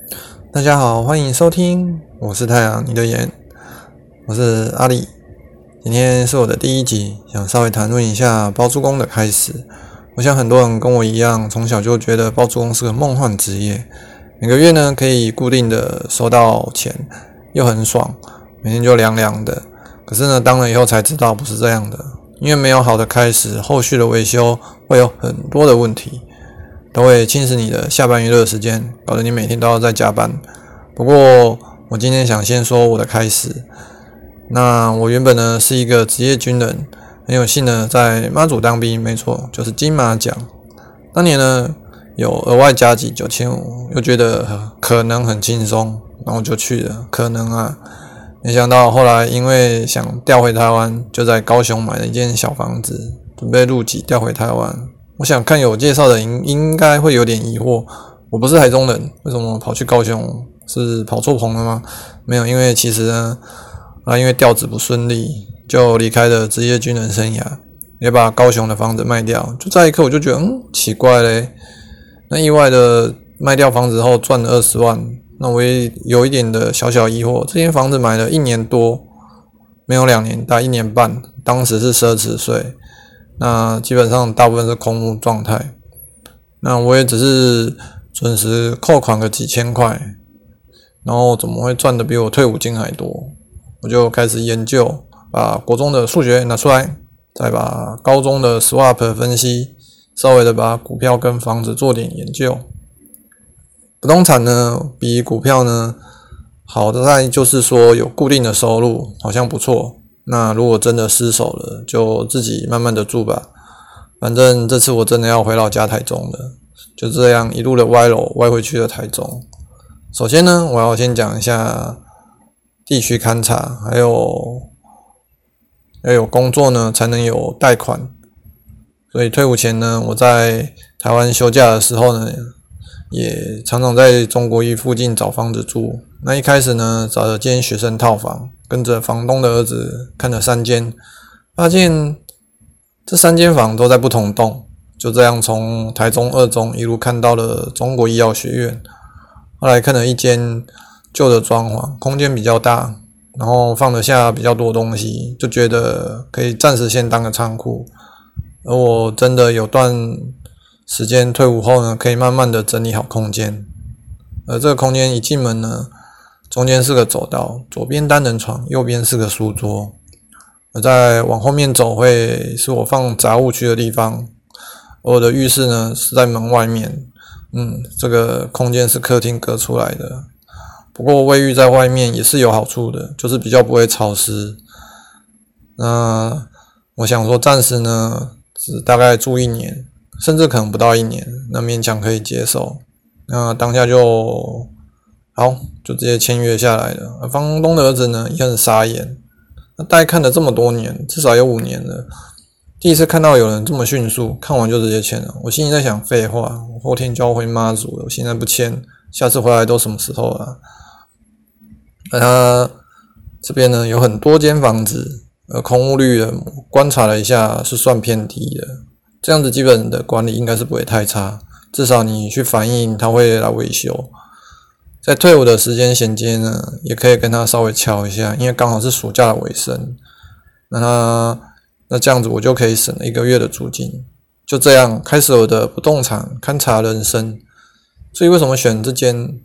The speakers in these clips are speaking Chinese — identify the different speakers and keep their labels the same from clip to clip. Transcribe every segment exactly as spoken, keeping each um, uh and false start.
Speaker 1: 大家好，欢迎收听，我是太阳你的眼，我是阿力。今天是我的第一集，想稍微谈论一下包租公的开始。我想很多人跟我一样，从小就觉得包租公是个梦幻职业，每个月呢可以固定的收到钱，又很爽，每天就凉凉的。可是呢，当了以后才知道不是这样的，因为没有好的开始，后续的维修会有很多的问题，都会侵蚀你的下班娱乐时间，搞得你每天都要在加班。不过我今天想先说我的开始。那我原本呢是一个职业军人，很有幸呢在马祖当兵，没错，就是金马奖。当年呢有额外加给九千五，又觉得可能很轻松，然后就去了。可能啊，没想到后来因为想调回台湾，就在高雄买了一间小房子，准备入籍调回台湾。我想看有介绍的应应该会有点疑惑，我不是台中人，为什么跑去高雄？是跑错棚了吗？没有，因为其实呢，啊，因为调职不顺利，就离开了职业军人生涯，也把高雄的房子卖掉。就在一刻我就觉得，嗯，奇怪嘞。那意外的卖掉房子后赚了二十万，那我也有一点的小小疑惑。这间房子买了一年多，没有两年，大概一年半，当时是奢侈税。那基本上大部分是空屋状态，那我也只是准时扣款个几千块，然后怎么会赚的比我退伍金还多？我就开始研究，把国中的数学拿出来，再把高中的 swap 分析，稍微的把股票跟房子做点研究。不动产呢，比股票呢好的在就是说有固定的收入，好像不错。那如果真的失手了，就自己慢慢的住吧。反正这次我真的要回老家台中了，就这样一路的歪楼歪回去了台中。首先呢，我要先讲一下地区勘察，还有要有工作呢才能有贷款。所以退伍前呢，我在台湾休假的时候呢，也常常在中国一附近找房子住。那一开始呢，找了间学生套房，跟着房东的儿子看了三间，发现这三间房都在不同栋，就这样从台中二中一路看到了中国医药学院。后来看了一间旧的装潢，空间比较大，然后放得下比较多东西，就觉得可以暂时先当个仓库。而我真的有段时间退伍后呢，可以慢慢的整理好空间。而这个空间一进门呢，中间是个走道，左边单人床，右边是个书桌。而再往后面走会是我放杂物区的地方。而我的浴室呢是在门外面，嗯，这个空间是客厅隔出来的。不过卫浴在外面也是有好处的，就是比较不会潮湿。那我想说暂时呢，只大概住一年，甚至可能不到一年，那勉强可以接受。那当下就好，就直接签约下来了。而房东的儿子呢也很傻眼，那大概看了这么多年，至少有五年了，第一次看到有人这么迅速，看完就直接签了。我心里在想，废话，我后天就要回妈祖了，我现在不签，下次回来都什么时候了？而他这边呢有很多间房子，呃，空屋率观察了一下是算偏低的，这样子基本的管理应该是不会太差，至少你去反映他会来维修。在退伍的时间衔接呢，也可以跟他稍微敲一下，因为刚好是暑假的尾声，那他那这样子我就可以省了一个月的租金。就这样开始我的不动产勘察人生。至于为什么选这间，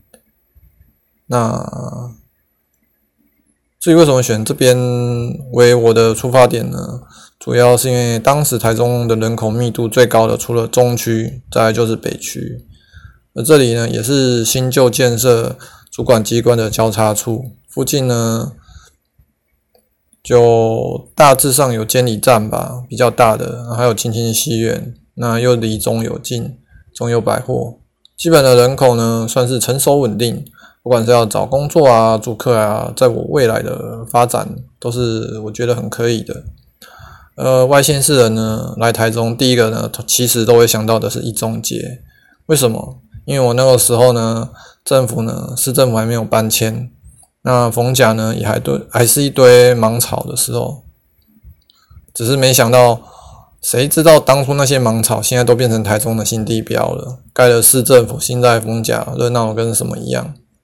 Speaker 1: 那至于为什么选这边为我的出发点呢？主要是因为当时台中的人口密度最高的，除了中区，再来就是北区。而这里呢，也是新旧建设主管机关的交叉处，附近呢，就大致上有监理站吧，比较大的，还有青青戏院，那又离中有近，中有百货，基本的人口呢，算是成熟稳定。不管是要找工作啊、住客啊，在我未来的发展都是我觉得很可以的。呃，外县市人呢来台中，第一个呢其实都会想到的是一中街。为什么？因为我那个时候呢，政府呢市政府还没有搬迁，那逢甲呢也还对还是一堆芒草的时候，只是没想到，谁知道当初那些芒草现在都变成台中的新地标了，盖了市政府，新在逢甲，热闹跟什么一样。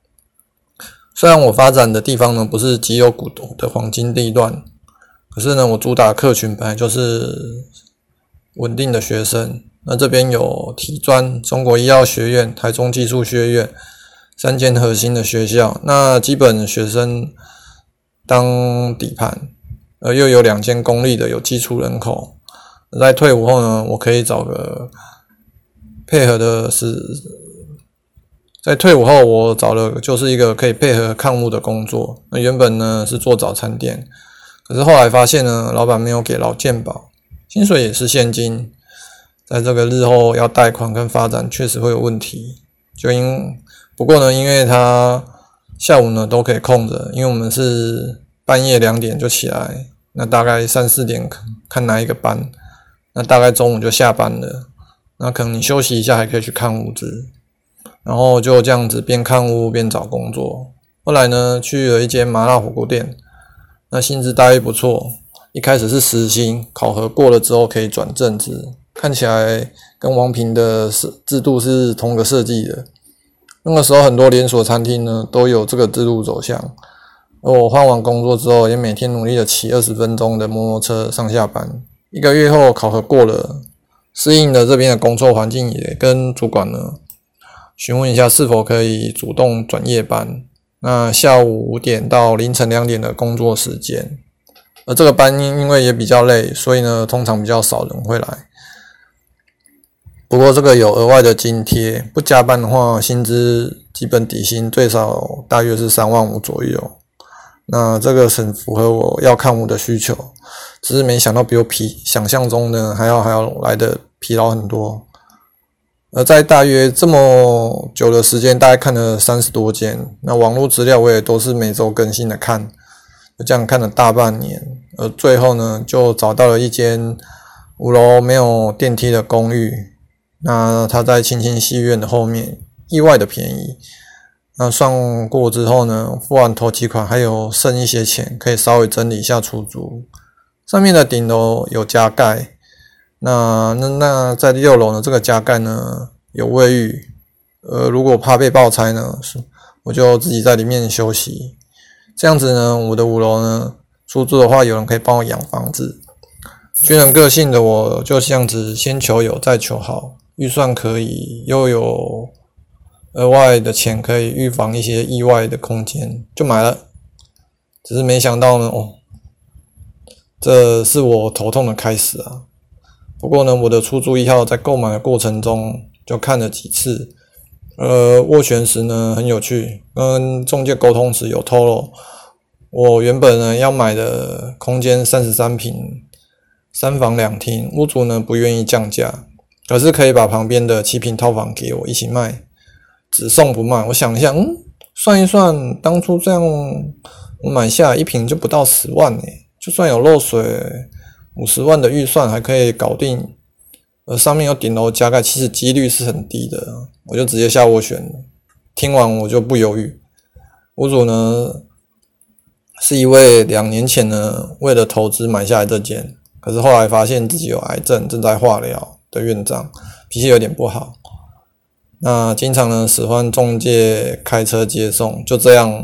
Speaker 1: 虽然我发展的地方呢不是极有股的黄金地段，可是呢我主打客群本来就是稳定的学生。那这边有体专、中国医药学院、台中技术学院三间核心的学校，那基本学生当底盘，呃又有两间公立的有基础人口。在退伍后呢，我可以找个配合的是，在退伍后我找了就是一个可以配合抗务的工作。那原本呢是做早餐店，可是后来发现呢，老板没有给劳健保，薪水也是现金。在这个日后要贷款跟发展确实会有问题，就因不过呢，因为他下午呢都可以空着，因为我们是半夜两点就起来，那大概三四点看哪一个班，那大概中午就下班了，那可能你休息一下还可以去看物资，然后就这样子边看物边找工作。后来呢去了一间麻辣火锅店，那薪资待遇不错，一开始是时薪，考核过了之后可以转正职。看起来跟王品的制度是同个设计的，那个时候很多连锁餐厅呢都有这个制度走向。而我换完工作之后，也每天努力的骑二十分钟的摩托车上下班。一个月后考核过了，适应了这边的工作环境，也跟主管呢询问一下是否可以主动转夜班。那下午五点到凌晨两点的工作时间，而这个班因为也比较累，所以呢通常比较少人会来。不过这个有额外的津贴，不加班的话，薪资基本底薪最少大约是三万五左右。那这个很符合我要看我的需求，只是没想到比我疲想象中的还要还要来的疲劳很多。而在大约这么久的时间，大概看了三十多间，那网络资料我也都是每周更新的看，就这样看了大半年。而最后呢，就找到了一间五楼没有电梯的公寓。那他在青青戏院的后面，意外的便宜。那算过之后呢，付完头期款还有剩一些钱，可以稍微整理一下出租。上面的顶楼有加盖，那那那在六楼呢，这个加盖呢有卫浴。呃，如果怕被爆拆呢，我就自己在里面休息。这样子呢，我的五楼呢出租的话，有人可以帮我养房子。军人个性的我，就这样子先求有再求好。预算可以，又有额外的钱可以预防一些意外的空间，就买了。只是没想到呢，哦，这是我头痛的开始啊。不过呢，我的出租一号在购买的过程中就看了几次，呃，斡旋时呢很有趣，跟中介沟通时有透露，我原本呢要买的空间三十三坪，三房两厅，屋主呢不愿意降价。可是可以把旁边的七坪套房给我一起卖，只送不卖。我想一下，嗯，算一算，当初这样我买下一坪就不到十万诶、欸，就算有漏水，五十万的预算还可以搞定。而上面有顶楼加盖，其实几率是很低的，我就直接下斡旋了。听完我就不犹豫。屋主呢是一位两年前呢为了投资买下来这间，可是后来发现自己有癌症，正在化疗。的院长脾气有点不好，那经常呢使唤仲介开车接送，就这样，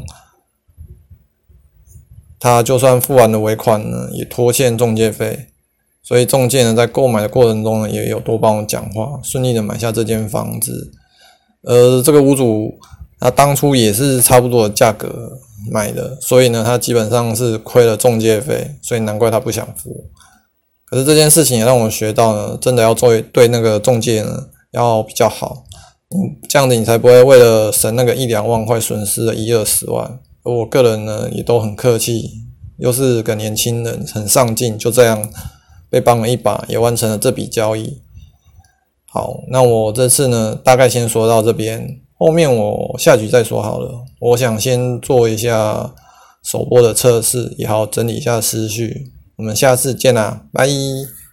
Speaker 1: 他就算付完了尾款呢，也拖欠仲介费，所以仲介呢在购买的过程中呢，也有多帮我讲话，顺利的买下这间房子。而这个屋主他当初也是差不多的价格买的，所以呢他基本上是亏了仲介费，所以难怪他不想付。可是这件事情也让我学到呢，真的要做对那个仲介呢要比较好，嗯，这样子你才不会为了省那个一两万块损失了一二十万。而我个人呢也都很客气，又是个年轻人，很上进，就这样被帮了一把，也完成了这笔交易。好，那我这次呢大概先说到这边，后面我下集再说好了。我想先做一下首播的测试，也好整理一下思绪。我们下次见啦，拜。